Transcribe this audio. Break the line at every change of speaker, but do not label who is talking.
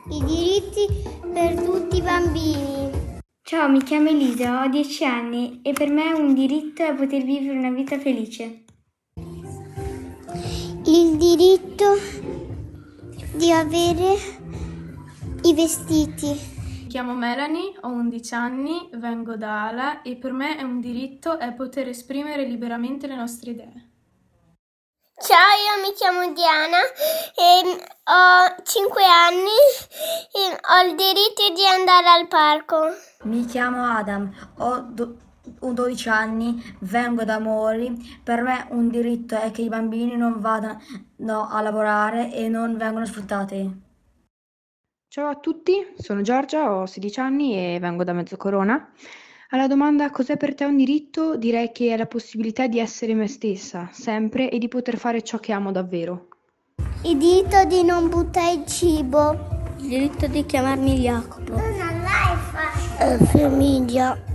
I diritti per tutti i bambini.
Ciao, mi chiamo Elisa, ho 10 anni e per me un diritto è poter vivere una vita felice.
Il diritto di avere i vestiti.
Mi chiamo Melanie, ho 11 anni, vengo da Ala e per me è un diritto poter esprimere liberamente le nostre idee.
Ciao, io mi chiamo Diana e ho 5 anni e ho il diritto di andare al parco.
Mi chiamo Adam, ho 12 anni, vengo da Mori. Per me un diritto è che i bambini non vadano a lavorare e non vengono sfruttati.
Ciao a tutti, sono Giorgia, ho 16 anni e vengo da Mezzocorona. Alla domanda cos'è per te un diritto, direi che è la possibilità di essere me stessa, sempre, e di poter fare ciò che amo davvero.
Il diritto di non buttare il cibo.
Il diritto di chiamarmi Jacopo.
Famiglia.